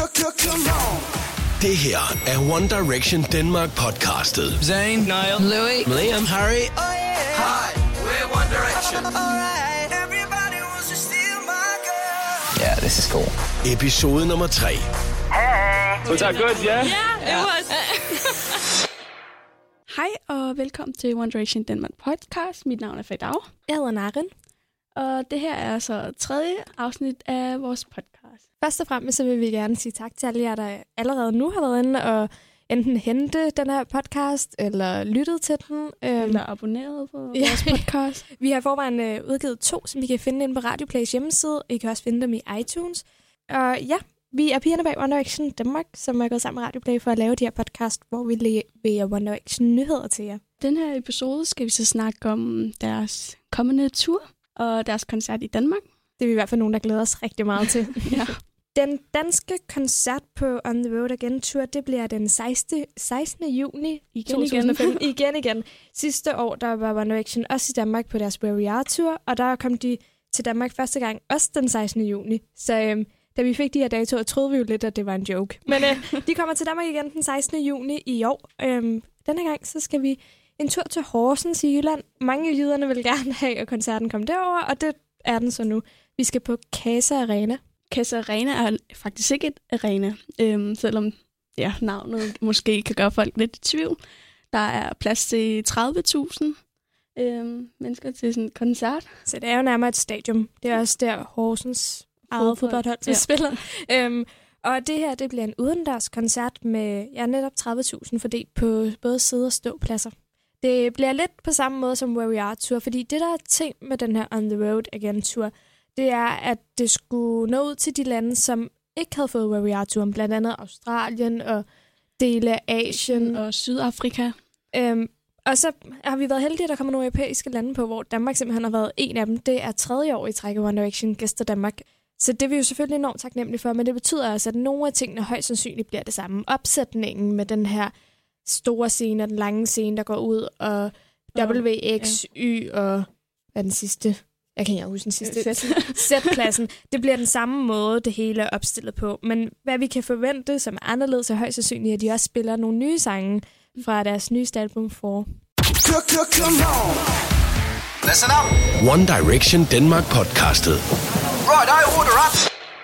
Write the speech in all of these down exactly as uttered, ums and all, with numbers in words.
Det her er One Direction Denmark podcastet. Zayn, Niall, Louis, Liam, Harry. oh yeah. Hi, we're One Direction. Alright, everybody wants to steal my girl. Yeah, this is cool. Episode nummer tre. Was that good, yeah? Yeah, it was. Hej og velkommen til One Direction Denmark podcast. Mit navn er Fadav. Jeg hedder Naren. Og det her er så tredje afsnit af vores podcast. Først og fremmest så vil vi gerne sige tak til alle jer, der allerede nu har været inde og enten hente den her podcast, eller lyttet til den. Eller abonneret på Ja. vores podcast. Vi har i forvejen øh, udgivet to, som I kan finde inde på Radioplays hjemmeside. I kan også finde dem i iTunes. Og ja, vi er pigerne bag One Direction Danmark, som er gået sammen med Radioplay for at lave de her podcast, hvor vi leverer One Direction nyheder til jer. Den her episode skal vi så snakke om deres kommende tur og deres koncert i Danmark. Det er vi i hvert fald nogen, der glæder os rigtig meget til. Ja. Den danske koncert på On The Road Again Tour, det bliver den sekstende juni Igen, to tusind og femten. Igen igen. Sidste år, der var One Direction også i Danmark på deres Where We Are Tour, og der kom de til Danmark første gang, også den sekstende juni. Så øhm, da vi fik de her datoer, troede vi jo lidt, at det var en joke. Men øh, de kommer til Danmark igen den sekstende juni i år. Øhm, denne gang, så skal vi en tur til Horsens i Jylland. Mange af jyderne vil gerne have, at koncerten kom derover, og det er den så nu. Vi skal på Casa Arena. Casa Arena er faktisk ikke et arena, øhm, selvom ja, navnet måske kan gøre folk lidt i tvivl. Der er plads til tredive tusind øhm, mennesker til sådan en koncert. Så det er jo nærmere et stadion. Det er også der Horsens eget Fodbold. fodboldhold Ja. ja. spiller. øhm, og det her, det bliver en udendørs koncert med ja, netop tredive tusind fordelt på både sæde- og ståpladser. Det bliver lidt på samme måde som Where We Are Tour, fordi det, der er ting med den her On The Road Again Tour, det er, at det skulle nå ud til de lande, som ikke havde fået Where We Are Touren, blandt andet Australien og dele af Asien. Og Sydafrika. Øhm, og så har vi været heldige, at der kommer nogle europæiske lande på, hvor Danmark simpelthen har været en af dem. Det er tredje år i træk af One Direction gæster Danmark. Så det er vi jo selvfølgelig enormt taknemmelige for, men det betyder også, at nogle af tingene højst sandsynligt bliver det samme. Opsætningen med den her store scene og den lange scene, der går ud, og W X Y og hvad er den sidste? Jeg kan ikke huske den sidste. Sætpladsen. Det bliver den samme måde, det hele er opstillet på. Men hvad vi kan forvente, som er anderledes, er højst sandsynligt, at de også spiller nogle nye sange fra deres nyeste album for. Listen up. One Direction Denmark podcastet. Right, I order up.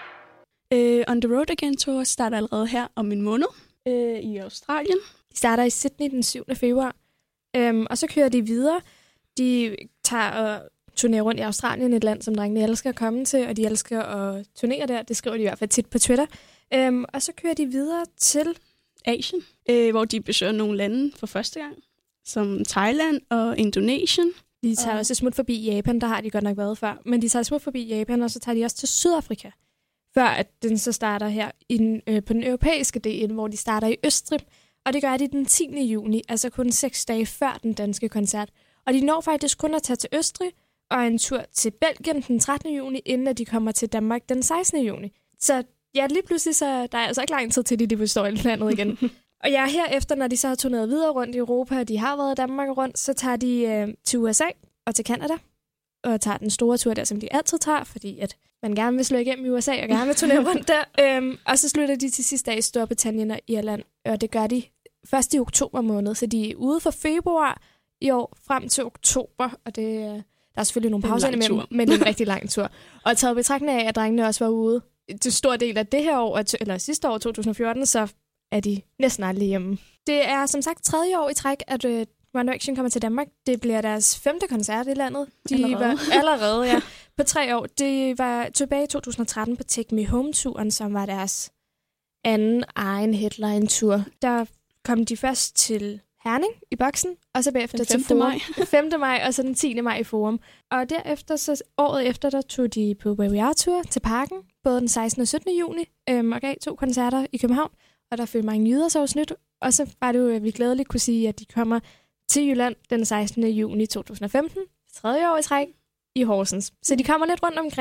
Øh, On The Road Again Tour starter allerede her om en måned øh, i Australien. De starter i Sydney den syvende februar, øhm, og så kører de videre. De tager og turnerer rundt i Australien, et land, som drengene elsker at komme til, og de elsker at turnere der. Det skriver de i hvert fald tit på Twitter. Øhm, og så kører de videre til Asien, øh, hvor de besøger nogle lande for første gang, som Thailand og Indonesien. De tager Og- også et smut forbi Japan, der har de godt nok været før. Men de tager et smut forbi Japan, og så tager de også til Sydafrika. Før at den så starter her i den, øh, på den europæiske del, hvor de starter i Østrig. Og det gør de den tiende juni, altså kun seks dage før den danske koncert. Og de når faktisk kun at tage til Østrig og en tur til Belgien den trettende juni, inden at de kommer til Danmark den sekstende juni. Så ja, lige pludselig så der er altså ikke lang tid til, at de består i landet igen. Og ja, herefter, når de så har turneret videre rundt i Europa, og de har været i Danmark rundt, så tager de øh, til U S A og til Canada, og tager den store tur der, som de altid tager, fordi at man gerne vil slå igennem i U S A og gerne vil turnere rundt der. Øhm, og så slutter de til sidste dag i Storbritannien og Irland, og det gør de først i oktober måned, så de er ude fra februar i år frem til oktober, og det, øh, der er selvfølgelig nogle Det er en pauser lang imellem, tur. men det er en rigtig lang tur. Og taget betragtning af, at drengene også var ude til stor del af det her år, eller sidste år, to tusind og fjorten, så er de næsten aldrig hjemme. Det er som sagt tredje år i træk, at uh, One Direction kommer til Danmark. Det bliver deres femte koncert i landet. De Allerede. var allerede, ja. På tre år. Det var tilbage i to tusind og tretten på Take Me Home-turen, som var deres anden egen headline-tur. Der kom de først til Herning i Boksen, og så bagefter Den til femte Forum. maj. femte maj, og så den tiende maj i Forum. Og derefter, så året efter, der tog de på Where We Are Tour til Parken, både den sekstende og syttende juni, øhm, og gav to koncerter i København, og der følte mange jyder sig snydt. Og så var det jo, at vi glædeligt kunne sige, at de kommer til Jylland den sekstende juni to tusind og femten, tredje år i træk, i Horsens. Så de kommer lidt rundt omkring.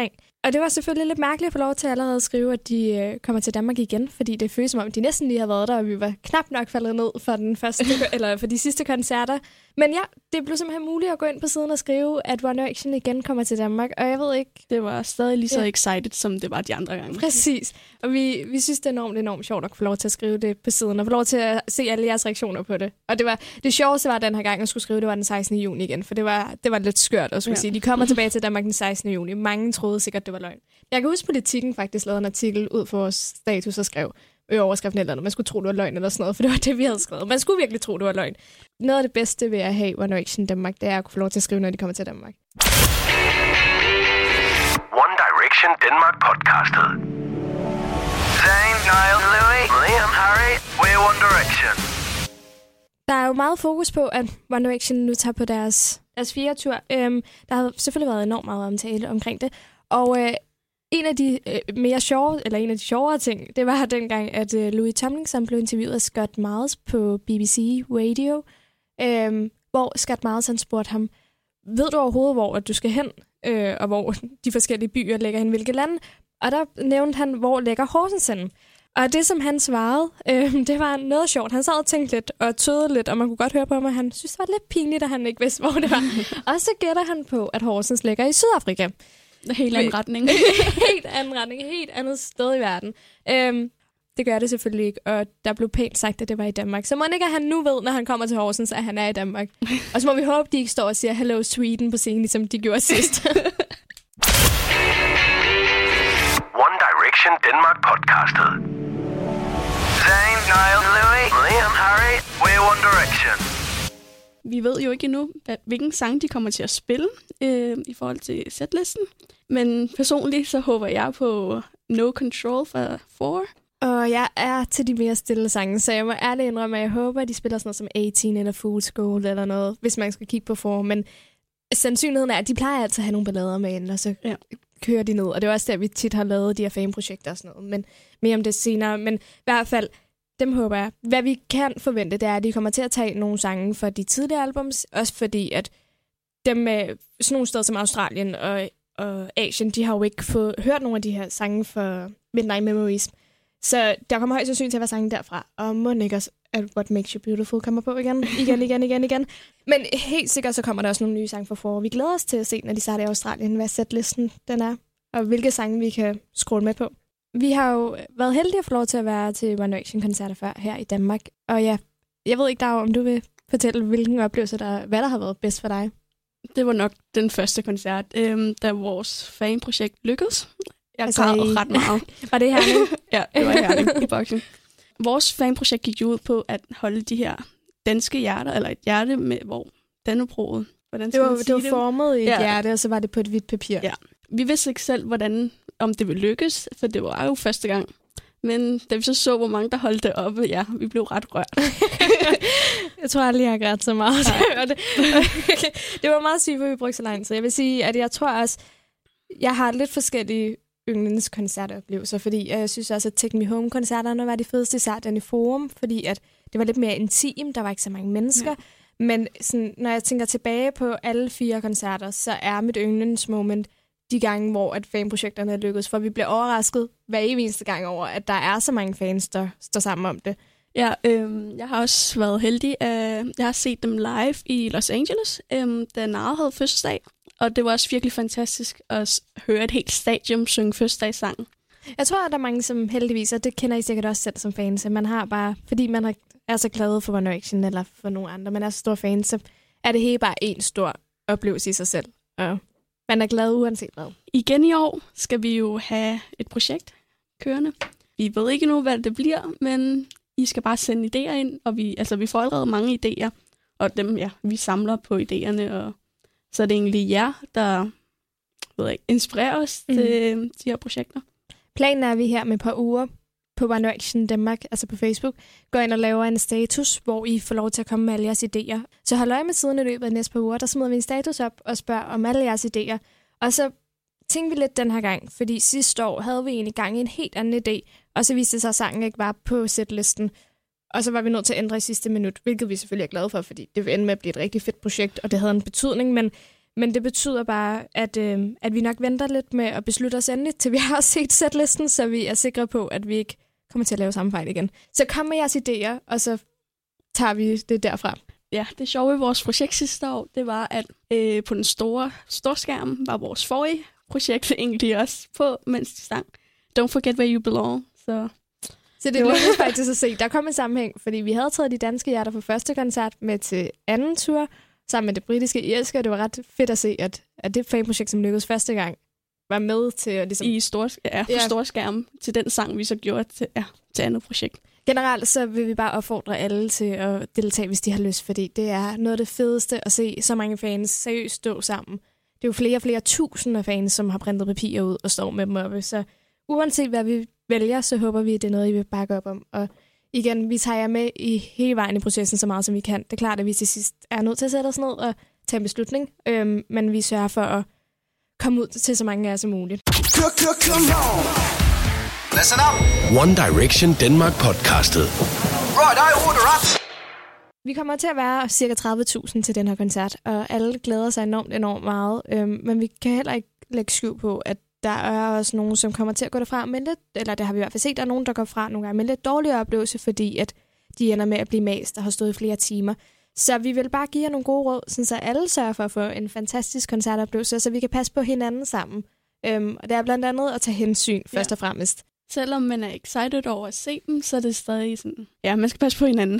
Og det var selvfølgelig lidt mærkeligt at få lov til at allerede skrive, at de øh, kommer til Danmark igen, fordi det føles som om, de næsten lige har været der, og vi var knap nok faldet ned for, den første, eller for de sidste koncerter. Men ja, det blev simpelthen muligt at gå ind på siden og skrive, at One Direction igen kommer til Danmark, og jeg ved ikke... Det var stadig lige så Ja. excited, som det var de andre gange. Præcis. Og vi, vi synes, det er enormt, enormt sjovt at få lov til at skrive det på siden, og få lov til at se alle jeres reaktioner på det. Og det var det sjoveste var den her gang, at skulle skrive, det var den sekstende juni igen, for det var, det var lidt skørt at skulle Ja. sige. De kommer tilbage til Danmark den sekstende juni. Mange troede sikkert, det var løgn. Jeg kan huske, Politikken faktisk lavede en artikel ud for vores status og skrev i overskriften eller andet. Man skulle tro, det var løgn eller sådan noget, for det var det, vi havde skrevet. Man skulle virkelig tro, det var løgn. Noget af det bedste ved at have One Direction Danmark, det er at kunne få lov til at skrive, når de kommer til Danmark. One Direction Denmark podcastet. Zayn, Niall, Louis, Liam, Harry, we're One Direction. Der er jo meget fokus på, at One Direction nu tager på deres, deres fire tur. Øhm, der har selvfølgelig været enormt meget omtale omkring det. Og øh, en af de øh, mere sjove, eller en af de sjovere ting, det var dengang, at øh, Louis Tomlinson blev interviewet af Scott Miles på B B C Radio, øh, hvor Scott Miles han spurgte ham, ved du overhovedet, hvor at du skal hen, øh, og hvor de forskellige byer ligger hen, hvilke lande? Og der nævnte han, hvor ligger Horsens henne? Og det, som han svarede, øh, det var noget sjovt. Han sad og tænkte lidt og tøvede lidt, og man kunne godt høre på ham, at han synes, det var lidt pinligt, at han ikke vidste, hvor det var. Og så gætter han på, at Horsens ligger i Sydafrika. Helt anden retning. helt anden retning, helt andet sted i verden. Øhm, det gør det selvfølgelig ikke, og der blev pænt sagt, at det var i Danmark. Så må ikke, at han nu ved, når han kommer til Horsens, at han er i Danmark. Og så må vi håbe, at de ikke står og siger Hello Sweden på scenen, ligesom de gjorde sidst. One Direction Denmark podcastet. Zayn, Niall, Louis, Liam, Harry, we're One Direction. Vi ved jo ikke endnu, hvad, hvilken sang de kommer til at spille øh, i forhold til setlisten. Men personligt så håber jeg på No Control fra Four. Og jeg er til de mere stille sange, så jeg må ærligt indrømme, at jeg håber, at de spiller sådan noget som atten eller Fool's Gold eller noget, hvis man skal kigge på Four. Men sandsynligheden er, at de plejer altid at have nogle ballader med ind, og så ja. kører de ned. Og det er også der, vi tit har lavet de her fanprojekter og sådan noget. Men mere om det senere. Men i hvert fald, dem håber jeg. Hvad vi kan forvente, det er, at de kommer til at tage nogle sange fra de tidligere albums. Også fordi, at dem med sådan nogle steder som Australien og, og Asien, de har jo ikke fået hørt nogle af de her sange for Midnight Memories. Så der kommer højst sandsynligt til at være sange derfra. Og må ikke også, at What Makes You Beautiful kommer på igen. Igen, igen, igen, igen. Men helt sikkert, så kommer der også nogle nye sange fra Four. Vi glæder os til at se, når de starter i Australien, hvad setlisten den er. Og hvilke sange vi kan scrolle med på. Vi har jo været heldige at få lov til at være til One Direction-koncerter før her i Danmark. Og ja, jeg ved ikke, Dag, om du vil fortælle, hvilken oplevelse, der, hvad der har været bedst for dig. Det var nok den første koncert, øhm, da vores fanprojekt lykkedes. Jeg Altså græd i- ret meget. Var det her nu? Ja, det var Herning i boksen. Vores fanprojekt gik jo ud på at holde de her danske hjerter, eller et hjerte med, hvor Dannebroget. Hvordan Det skal var, man det sige var formet i et Ja. hjerte, og så var det på et hvidt papir. Ja. Vi vidste ikke selv, hvordan, om det ville lykkes, for det var jo første gang. Men da vi så så, hvor mange der holdt det oppe, ja, vi blev ret rørt. Jeg tror aldrig, jeg har grædt så meget. Og det, det var meget sygt, at vi brugte så lang tid. Jeg vil sige, at jeg tror også, jeg har lidt forskellige yndlingskoncertoplevelser, fordi jeg synes også, at Take Me Home-koncerterne var de fedeste, især den i Forum, fordi at det var lidt mere intim, der var ikke så mange mennesker. Ja. Men sådan, når jeg tænker tilbage på alle fire koncerter, så er mit yndlingsmoment de gange, hvor at fanprojekterne er lykkedes, for vi bliver overrasket hver eneste gang over, at der er så mange fans, der står sammen om det. Ja, øhm, jeg har også været heldig. Øh, jeg har set dem live i Los Angeles, øhm, da Nara havde fødselsdag. Og det var også virkelig fantastisk at s- høre et helt stadion synge fødselsdagssangen. Jeg tror, at der er mange, som heldigvis, og det kender I sikkert også selv som fans, at man har bare, fordi man er så glad for One Direction eller for nogle andre, man er så stor fan, så er det hele bare en stor oplevelse i sig selv. Og man er glad uanset hvad. Igen i år skal vi jo have et projekt kørende. Vi ved ikke nu, hvad det bliver, men I skal bare sende idéer ind, og vi, altså, vi får allerede mange idéer, og dem, ja, vi samler på idéerne, og så er det egentlig jer, der ved jeg, inspirerer os mm. til de her projekter. Planen er, at vi her med et par uger på One Direction Danmark, altså på Facebook, går ind og laver en status, hvor I får lov til at komme med alle jeres idéer. Så hold øje med siden i løbet af næste par uger, der smider vi en status op og spørger om alle jeres idéer. Og så tænkte vi lidt den her gang, fordi sidste år havde vi egentlig gang i en helt anden idé, og så viste det sig, at sangen ikke var på setlisten. Og så var vi nødt til at ændre i sidste minut, hvilket vi selvfølgelig er glade for, fordi det endte med at blive et rigtig fedt projekt, og det havde en betydning, men Men det betyder bare, at, øh, at vi nok venter lidt med at beslutte os endeligt, til vi har set setlisten, så vi er sikre på, at vi ikke kommer til at lave samme fejl igen. Så kom med jeres idéer, og så tager vi det derfra. Ja, det sjove i vores projekt sidste år, det var, at øh, på den store storskærm var vores forrige projekt egentlig også på, mens de sang Don't Forget Where You Belong. Så, så det lykkedes faktisk at se. Der kom en sammenhæng, fordi vi havde taget De Danske Hjerter på første koncert med til anden tur, sammen med det britiske I elsker. Det var ret fedt at se, at, at det fanprojekt, som lykkedes første gang, var med til at ligesom... I stor, ja, på ja. storskærm til den sang, vi så gjorde til, ja, til andet projekt. Generelt så vil vi bare opfordre alle til at deltage, hvis de har lyst, fordi det er noget af det fedeste at se så mange fans seriøst stå sammen. Det er jo flere og flere tusinder fans, som har printet papirer ud og står med dem oppe. Så uanset hvad vi vælger, så håber vi, at det er noget, I vil bakke op om. Og igen, vi tager jer med i hele vejen i processen så meget, som vi kan. Det er klart, at vi til sidst er nødt til at sætte os ned og tage en beslutning, øhm, men vi sørger for at komme ud til så mange af jer som muligt. Listen up. One Direction Denmark podcastet. Right, I order up. Vi kommer til at være cirka tredive tusind til den her koncert, og alle glæder sig enormt, enormt meget. Øhm, men vi kan heller ikke lægge skjul på, at der er også nogen, som kommer til at gå derfra med lidt, eller det har vi i hvert fald set, der er nogen, der går fra nogle gange med lidt dårligere oplevelse, fordi at de ender med at blive mast og har stået i flere timer. Så vi vil bare give jer nogle gode råd, så alle sørger for at få en fantastisk koncertoplevelse, så vi kan passe på hinanden sammen. Øhm, og det er blandt andet at tage hensyn, først ja. og fremmest. Selvom man er excited over at se dem, så er det stadig sådan, ja, man skal passe på hinanden.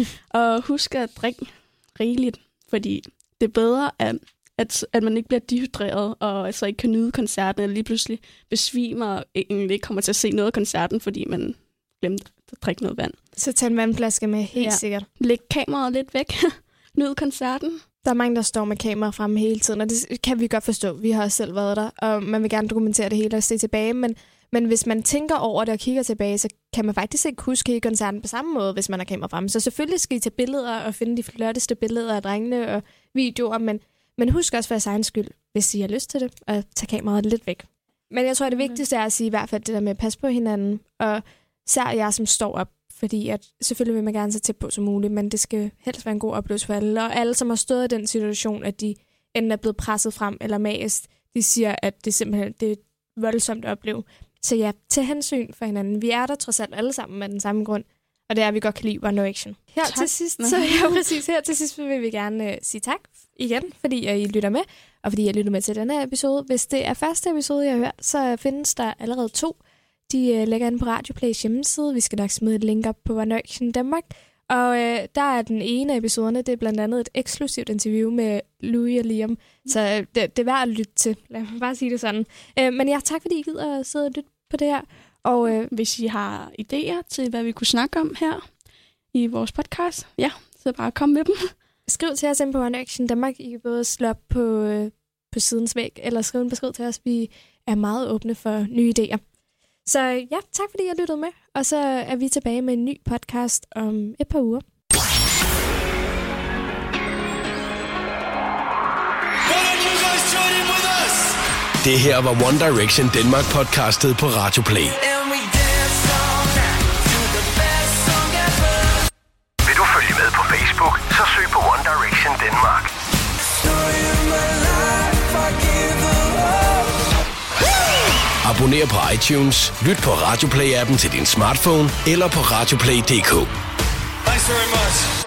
Og husk at drikke rigeligt, fordi det er bedre, at, at, at man ikke bliver dehydreret, og altså ikke kan nyde koncerten, eller lige pludselig besvimer, og egentlig ikke kommer til at se noget af koncerten, fordi man glemte at drikke noget vand. Så tag en vandflaske med, helt ja. sikkert. Læg kameraet lidt væk. Nyd koncerten. Der er mange, der står med kamera fremme hele tiden, og det kan vi godt forstå. Vi har også selv været der, og man vil gerne dokumentere det hele og se tilbage, men Men hvis man tænker over det og kigger tilbage, så kan man faktisk ikke huske hele koncerten på samme måde, hvis man har kamera fremme. Så selvfølgelig skal I tage billeder og finde de flotteste billeder af drengene og videoer, men, men husk også for jeres egen skyld, hvis I har lyst til det, at tage kameraet lidt væk. Men jeg tror, at det vigtigste er at sige i hvert fald det der med at passe på hinanden, og især jer, som står op, fordi at selvfølgelig vil man gerne så tæt på som muligt, men det skal helst være en god oplevelse for alle. Og alle, som har stået i den situation, at de enten er blevet presset frem eller mast, de siger, at det simpelthen det er voldsomt at opleve. Så ja, til hensyn for hinanden. Vi er der trods alt alle sammen med den samme grund, og det er, at vi godt kan lide One Direction. Her tak. til sidst, så ja, præcis, her til sidst vil vi gerne uh, sige tak igen, fordi uh, I lytter med, og fordi jeg lytter med til denne episode. Hvis det er første episode, jeg har hørt, så findes der allerede to. De uh, lægger inde på Radioplays hjemmeside. Vi skal nok smide et link op på One Direction Danmark. Og uh, der er den ene af episoderne, det er blandt andet et eksklusivt interview med Louis og Liam. Så uh, det, det er værd at lytte til. Lad mig bare sige det sådan. Uh, men ja, tak fordi I gider at sidde og lytte på det her. Og øh, hvis I har idéer til, hvad vi kunne snakke om her i vores podcast, ja, så bare kom med dem. Skriv til os ind på One Direction Danmark. I kan både slå op på, øh, på sidens væg, eller skrive en besked til os. Vi er meget åbne for nye idéer. Så ja, tak fordi I lyttede med. Og så er vi tilbage med en ny podcast om et par uger. Det her var One Direction Denmark podcastet på Radioplay. Vil du følge med på Facebook, så søg på One Direction Denmark. Abonner på iTunes, lyt på Radioplay-appen til din smartphone eller på radioplay punktum d k. Thanks very much.